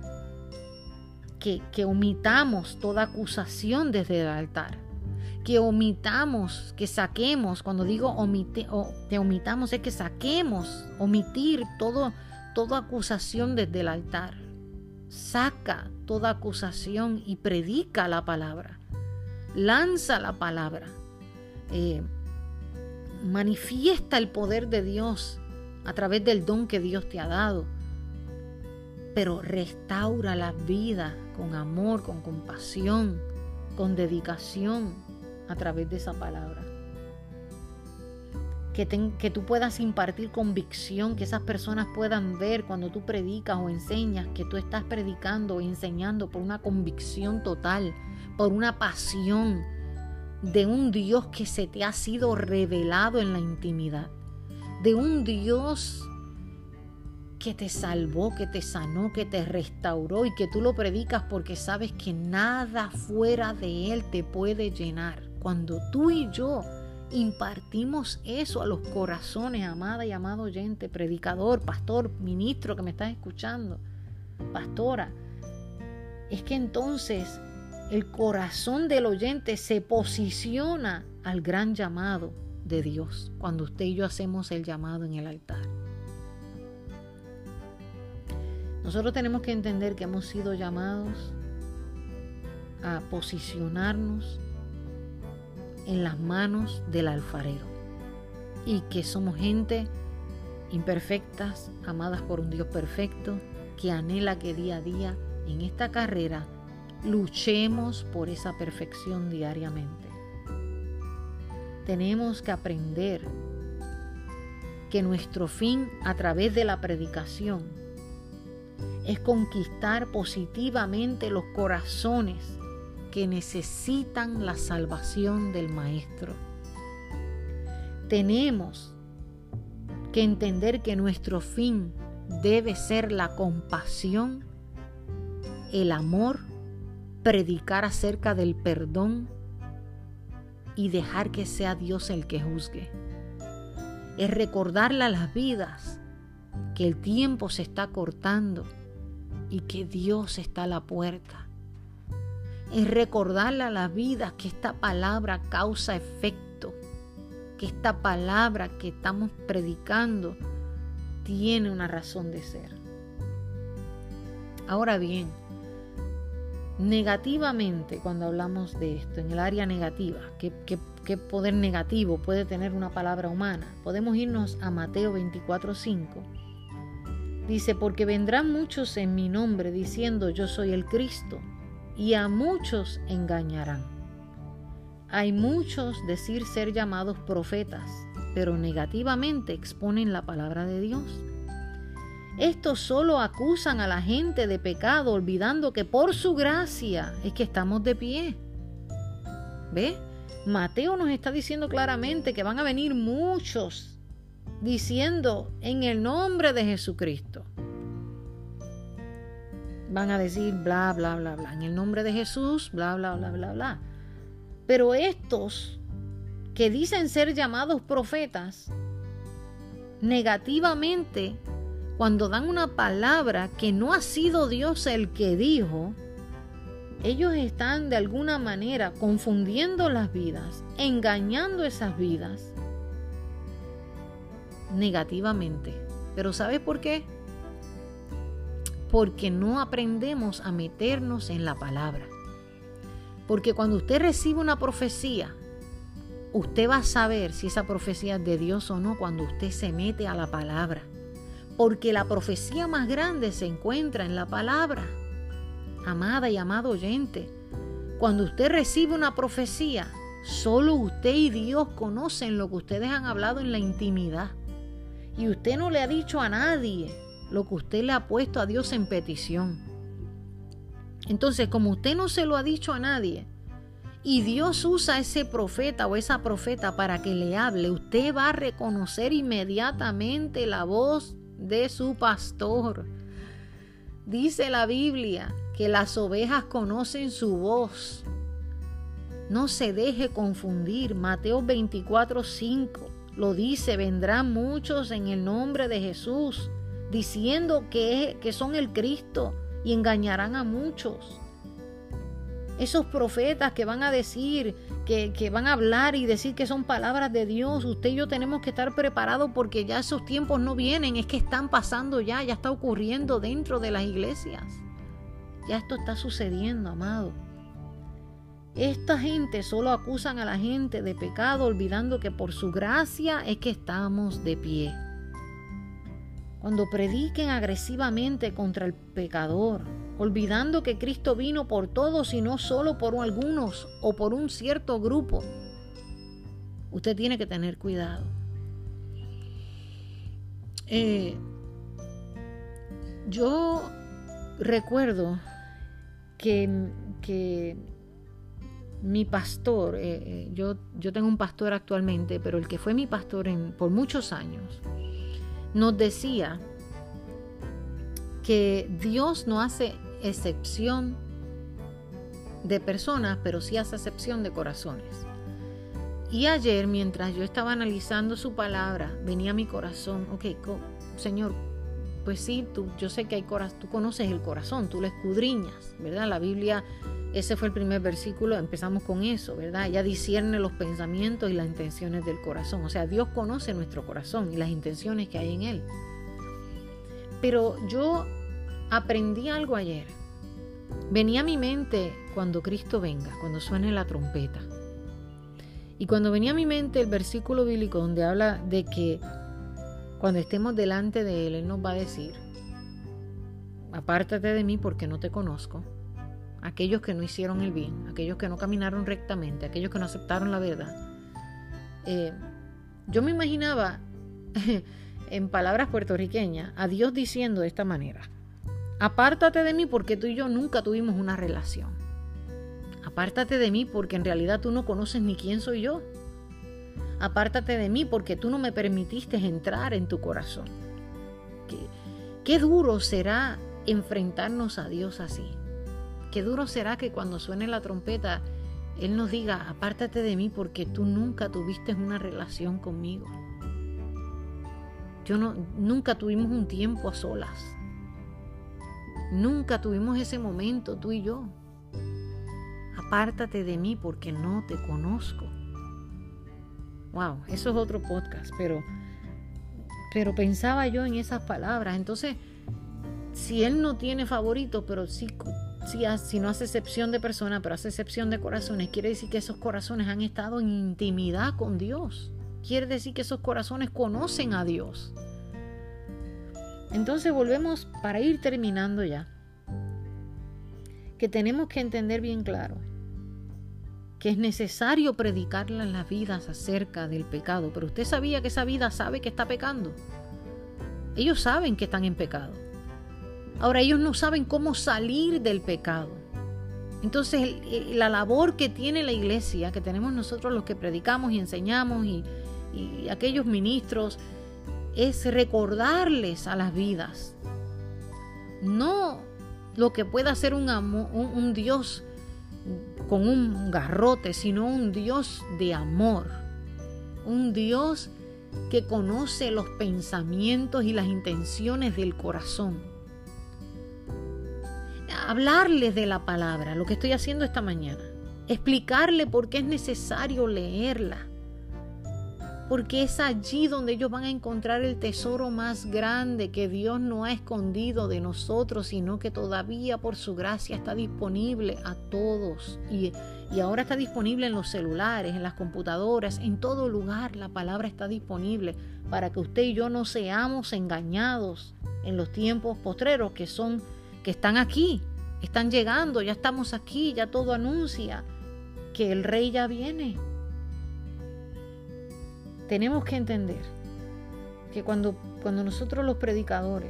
que, que omitamos toda acusación desde el altar, que omitamos, que saquemos, cuando digo omite, o, que omitamos es que saquemos, omitir todo, toda acusación desde el altar. Saca toda acusación y predica la palabra, lanza la palabra. Eh, manifiesta el poder de Dios a través del don que Dios te ha dado, pero restaura la vida con amor, con compasión, con dedicación a través de esa palabra. Que, te, que tú puedas impartir convicción, que esas personas puedan ver cuando tú predicas o enseñas que tú estás predicando o enseñando por una convicción total, por una pasión de un Dios que se te ha sido revelado en la intimidad, de un Dios que te salvó, que te sanó, que te restauró y que tú lo predicas porque sabes que nada fuera de Él te puede llenar. Cuando tú y yo impartimos eso a los corazones, amada y amado oyente, predicador, pastor, ministro que me estás escuchando, pastora, es que entonces el corazón del oyente se posiciona al gran llamado de Dios cuando usted y yo hacemos el llamado en el altar. Nosotros tenemos que entender que hemos sido llamados a posicionarnos en las manos del alfarero y que somos gente imperfectas, amadas por un Dios perfecto, que anhela que día a día en esta carrera luchemos por esa perfección diariamente. Tenemos que aprender que nuestro fin a través de la predicación es conquistar positivamente los corazones que necesitan la salvación del Maestro. Tenemos que entender que nuestro fin debe ser la compasión, el amor, predicar acerca del perdón y dejar que sea Dios el que juzgue. Es recordarle a las vidas que el tiempo se está cortando y que Dios está a la puerta. Es recordarle a las vidas que esta palabra causa efecto, que esta palabra que estamos predicando tiene una razón de ser. Ahora bien, negativamente, cuando hablamos de esto, en el área negativa, ¿qué, qué, qué poder negativo puede tener una palabra humana? Podemos irnos a Mateo veinticuatro cinco. Dice, porque vendrán muchos en mi nombre diciendo yo soy el Cristo, y a muchos engañarán. Hay muchos decir ser llamados profetas, pero negativamente exponen la palabra de Dios. Estos solo acusan a la gente de pecado, olvidando que por su gracia es que estamos de pie. ¿Ve? Mateo nos está diciendo claramente que van a venir muchos diciendo en el nombre de Jesucristo. Van a decir bla, bla, bla, bla. En el nombre de Jesús, bla, bla, bla, bla, bla. Pero estos que dicen ser llamados profetas, negativamente, cuando dan una palabra que no ha sido Dios el que dijo, ellos están de alguna manera confundiendo las vidas, engañando esas vidas negativamente. Pero ¿sabes por qué? Porque no aprendemos a meternos en la palabra. Porque cuando usted recibe una profecía, usted va a saber si esa profecía es de Dios o no cuando usted se mete a la palabra. Porque la profecía más grande se encuentra en la palabra. Amada y amado oyente, cuando usted recibe una profecía, solo usted y Dios conocen lo que ustedes han hablado en la intimidad. Y usted no le ha dicho a nadie lo que usted le ha puesto a Dios en petición. Entonces, como usted no se lo ha dicho a nadie, y Dios usa a ese profeta o esa profeta para que le hable, usted va a reconocer inmediatamente la voz de su pastor. Dice la Biblia que las ovejas conocen su voz. No se deje confundir. Mateo veinticuatro cinco lo dice, vendrán muchos en el nombre de Jesús, diciendo que, que son el Cristo, y engañarán a muchos. Esos profetas que van a decir, que, que van a hablar y decir que son palabras de Dios, usted y yo tenemos que estar preparados porque ya esos tiempos no vienen, es que están pasando ya, ya está ocurriendo dentro de las iglesias. Ya esto está sucediendo, amado. Esta gente solo acusan a la gente de pecado, olvidando que por su gracia es que estamos de pie. Cuando prediquen agresivamente contra el pecador, olvidando que Cristo vino por todos y no solo por algunos o por un cierto grupo, usted tiene que tener cuidado. Eh, yo recuerdo que, que mi pastor, eh, eh, yo, yo tengo un pastor actualmente, pero el que fue mi pastor en, por muchos años, nos decía que Dios no hace excepción de personas, pero sí hace excepción de corazones. Y ayer, mientras yo estaba analizando su palabra, venía a mi corazón, ok, Señor, pues sí, tú, yo sé que hay corazón, tú conoces el corazón, tú lo escudriñas, ¿verdad? La Biblia, ese fue el primer versículo, empezamos con eso, ¿verdad? Ella discierne los pensamientos y las intenciones del corazón. O sea, Dios conoce nuestro corazón y las intenciones que hay en él. Pero yo aprendí algo ayer. Venía a mi mente cuando Cristo venga, cuando suene la trompeta. Y cuando venía a mi mente el versículo bíblico donde habla de que cuando estemos delante de Él, Él nos va a decir: apártate de mí porque no te conozco. Aquellos que no hicieron el bien, aquellos que no caminaron rectamente, aquellos que no aceptaron la verdad. Eh, yo me imaginaba, en palabras puertorriqueñas, a Dios diciendo de esta manera: apártate de mí porque tú y yo nunca tuvimos una relación. Apártate de mí porque en realidad tú no conoces ni quién soy yo. Apártate de mí porque tú no me permitiste entrar en tu corazón. Qué, qué duro será enfrentarnos a Dios así. Qué duro será que cuando suene la trompeta Él nos diga: apártate de mí porque tú nunca tuviste una relación conmigo. Yo no, nunca tuvimos un tiempo a solas. Nunca tuvimos ese momento tú y yo. Apártate de mí porque no te conozco. Wow, eso es otro podcast, pero, pero pensaba yo en esas palabras. Entonces, si Él no tiene favoritos, pero sí, sí, si no hace excepción de personas, pero hace excepción de corazones, quiere decir que esos corazones han estado en intimidad con Dios. Quiere decir que esos corazones conocen a Dios. Entonces volvemos, para ir terminando ya, que tenemos que entender bien claro que es necesario predicarle en las vidas acerca del pecado. Pero usted sabía que esa vida sabe que está pecando. Ellos saben que están en pecado. Ahora ellos no saben cómo salir del pecado. Entonces la labor que tiene la iglesia, que tenemos nosotros los que predicamos y enseñamos y, y aquellos ministros, es recordarles a las vidas. No lo que pueda ser un, amor, un, un Dios con un garrote, sino un Dios de amor. Un Dios que conoce los pensamientos y las intenciones del corazón. Hablarles de la palabra, lo que estoy haciendo esta mañana. Explicarle por qué es necesario leerla. Porque es allí donde ellos van a encontrar el tesoro más grande que Dios no ha escondido de nosotros, sino que todavía por su gracia está disponible a todos. Y, y ahora está disponible en los celulares, en las computadoras, en todo lugar. La palabra está disponible para que usted y yo no seamos engañados en los tiempos postreros que son, que están aquí, están llegando, ya estamos aquí, ya todo anuncia que el Rey ya viene. Tenemos que entender que cuando, cuando nosotros los predicadores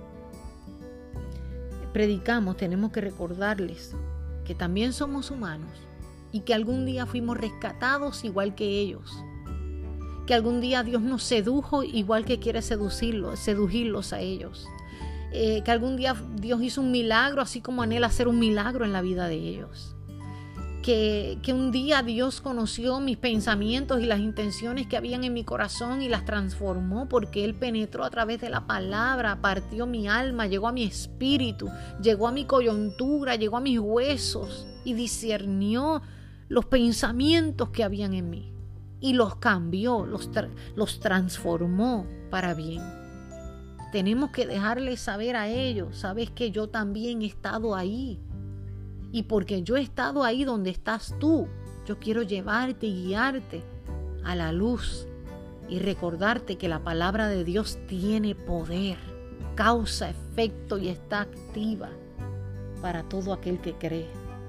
predicamos, tenemos que recordarles que también somos humanos y que algún día fuimos rescatados igual que ellos. Que algún día Dios nos sedujo igual que quiere seducirlos, seducirlos a ellos. Eh, que algún día Dios hizo un milagro así como anhela hacer un milagro en la vida de ellos. Que, que un día Dios conoció mis pensamientos y las intenciones que habían en mi corazón y las transformó porque Él penetró a través de la palabra, partió mi alma, llegó a mi espíritu, llegó a mi coyuntura, llegó a mis huesos y discernió los pensamientos que habían en mí y los cambió, los, tra- los transformó para bien. Tenemos que dejarles saber a ellos: sabes que yo también he estado ahí. Y porque yo he estado ahí donde estás tú, yo quiero llevarte y guiarte a la luz y recordarte que la palabra de Dios tiene poder, causa efecto y está activa para todo aquel que cree.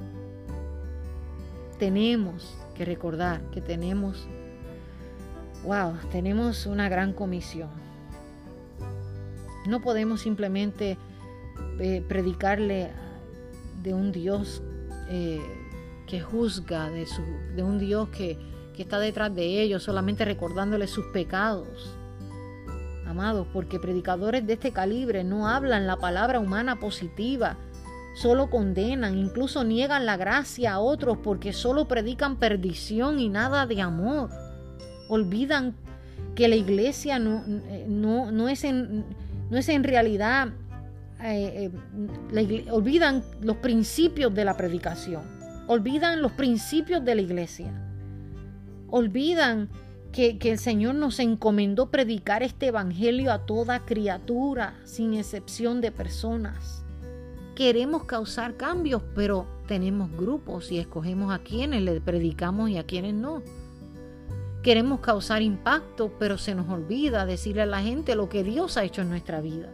Tenemos que recordar que tenemos, wow, tenemos una gran comisión. No podemos simplemente eh, predicarle de un Dios eh, que juzga, de, su, de un Dios que, que está detrás de ellos, solamente recordándole sus pecados. Amados, porque predicadores de este calibre no hablan la palabra humana positiva, solo condenan, incluso niegan la gracia a otros porque solo predican perdición y nada de amor. Olvidan que la iglesia no, no, no, es, en, no es en realidad... Eh, eh, la, olvidan los principios de la predicación, olvidan los principios de la iglesia, olvidan que, que el Señor nos encomendó predicar este evangelio a toda criatura sin excepción de personas. Queremos causar cambios, pero tenemos grupos y escogemos a quienes le predicamos y a quienes no. Queremos causar impacto, pero se nos olvida decirle a la gente lo que Dios ha hecho en nuestra vida.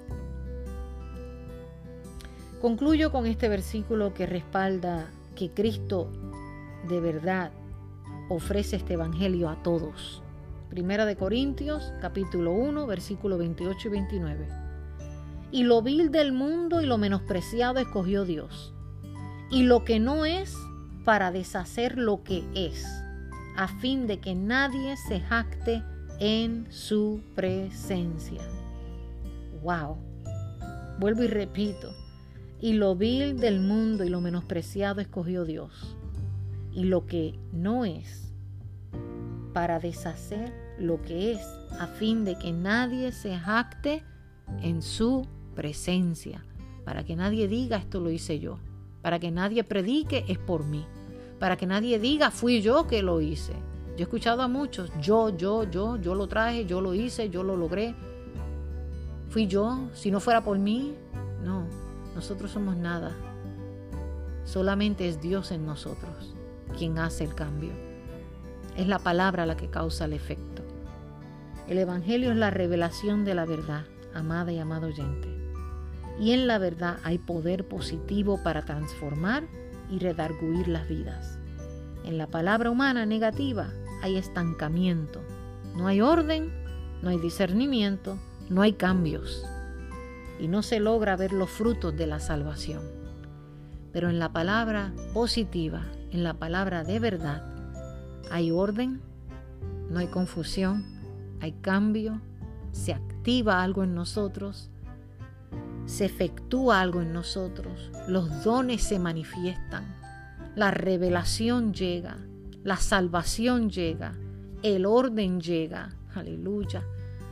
Concluyo con este versículo que respalda que Cristo de verdad ofrece este evangelio a todos. Primera de Corintios, capítulo uno, versículos veintiocho y veintinueve. Y lo vil del mundo y lo menospreciado escogió Dios, y lo que no es, para deshacer lo que es, a fin de que nadie se jacte en su presencia. Wow. Vuelvo y repito. Y lo vil del mundo y lo menospreciado escogió Dios, y lo que no es, para deshacer lo que es, a fin de que nadie se jacte en su presencia, para que nadie diga esto lo hice yo, para que nadie predique es por mí, para que nadie diga fui yo que lo hice. Yo he escuchado a muchos, yo, yo, yo, yo lo traje, yo lo hice, yo lo logré, fui yo, si no fuera por mí, no. Nosotros somos nada. Solamente es Dios en nosotros quien hace el cambio. Es la palabra la que causa el efecto. El Evangelio es la revelación de la verdad, amada y amado oyente. Y en la verdad hay poder positivo para transformar y redarguir las vidas. En la palabra humana negativa hay estancamiento. No hay orden, no hay discernimiento, no hay cambios. Y no se logra ver los frutos de la salvación. Pero en la palabra positiva, en la palabra de verdad, hay orden, no hay confusión, hay cambio, se activa algo en nosotros, se efectúa algo en nosotros, los dones se manifiestan, la revelación llega, la salvación llega, el orden llega, aleluya.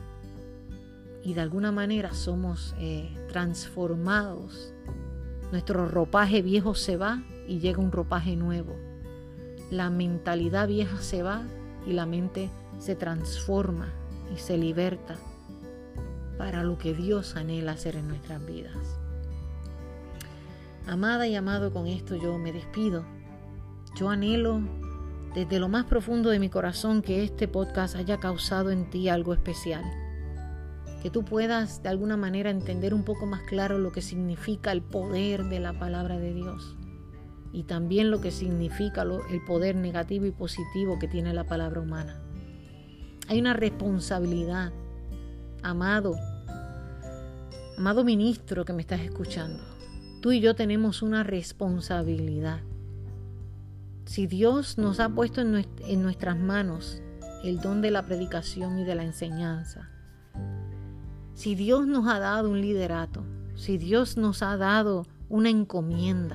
Y de alguna manera somos eh, transformados. Nuestro ropaje viejo se va y llega un ropaje nuevo. La mentalidad vieja se va y la mente se transforma y se liberta para lo que Dios anhela hacer en nuestras vidas. Amada y amado, con esto yo me despido. Yo anhelo desde lo más profundo de mi corazón que este podcast haya causado en ti algo especial. Que tú puedas de alguna manera entender un poco más claro lo que significa el poder de la palabra de Dios y también lo que significa lo, el poder negativo y positivo que tiene la palabra humana. Hay una responsabilidad, amado, amado ministro que me estás escuchando. Tú y yo tenemos una responsabilidad. Si Dios nos ha puesto en, nuestra, en nuestras manos el don de la predicación y de la enseñanza, si Dios nos ha dado un liderato, si Dios nos ha dado una encomienda,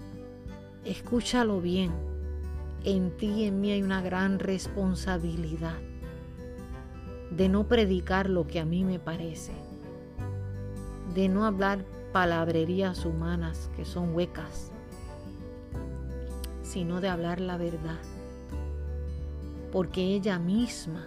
escúchalo bien, en ti y en mí hay una gran responsabilidad de no predicar lo que a mí me parece, de no hablar palabrerías humanas que son huecas, sino de hablar la verdad, porque ella misma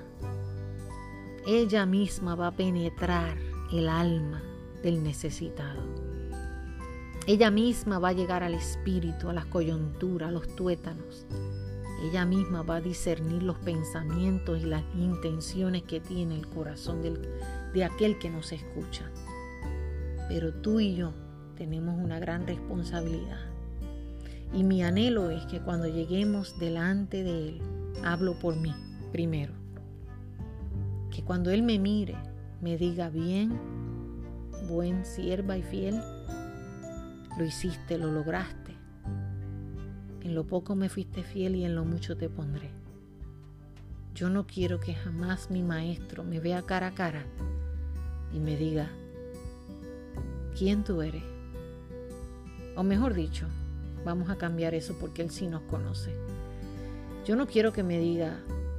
Ella misma va a penetrar el alma del necesitado. Ella misma va a llegar al espíritu, a las coyunturas, a los tuétanos. Ella misma va a discernir los pensamientos y las intenciones que tiene el corazón del, de aquel que nos escucha. Pero tú y yo tenemos una gran responsabilidad. Y mi anhelo es que cuando lleguemos delante de Él, hablo por mí primero. Que cuando Él me mire, me diga bien, buen sierva y fiel, lo hiciste, lo lograste. En lo poco me fuiste fiel y en lo mucho te pondré. Yo no quiero que jamás mi maestro me vea cara a cara y me diga, ¿quién tú eres? O mejor dicho, vamos a cambiar eso porque Él sí nos conoce. Yo no quiero que me diga,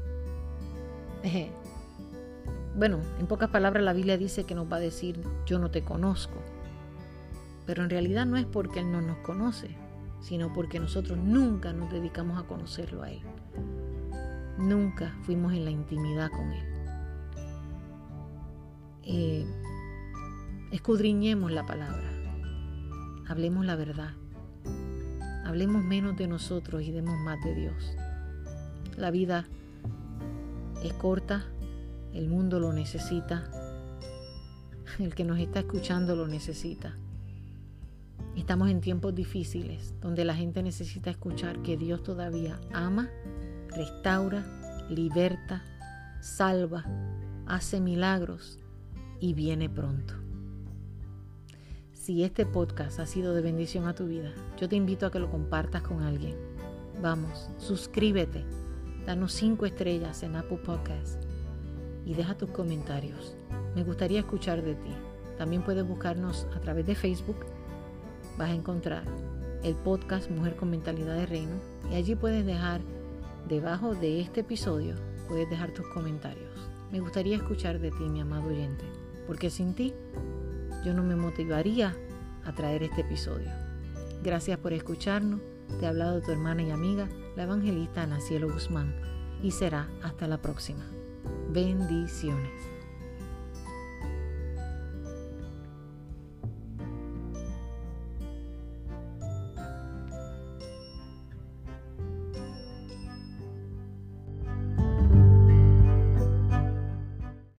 eh, bueno, en pocas palabras la Biblia dice que nos va a decir, yo no te conozco. Pero en realidad no es porque Él no nos conoce, sino porque nosotros nunca nos dedicamos a conocerlo a Él. Nunca fuimos en la intimidad con Él. Eh, escudriñemos la palabra. hablemos la verdad. Hablemos menos de nosotros y demos más de Dios. La vida es corta, el mundo lo necesita, el que nos está escuchando lo necesita. Estamos en tiempos difíciles donde la gente necesita escuchar que Dios todavía ama, restaura, liberta, salva, hace milagros y viene pronto. Si este podcast ha sido de bendición a tu vida, yo te invito a que lo compartas con alguien. Vamos, suscríbete, danos cinco estrellas en Apple Podcasts y deja tus comentarios. Me gustaría escuchar de ti. También puedes buscarnos a través de Facebook. Vas a encontrar el podcast Mujer con Mentalidad de Reino y allí puedes dejar, debajo de este episodio, puedes dejar tus comentarios. Me gustaría escuchar de ti, mi amado oyente, porque sin ti yo no me motivaría a traer este episodio. Gracias por escucharnos. Te ha hablado tu hermana y amiga, la evangelista Ana Cielo Guzmán, y será hasta la próxima. Bendiciones.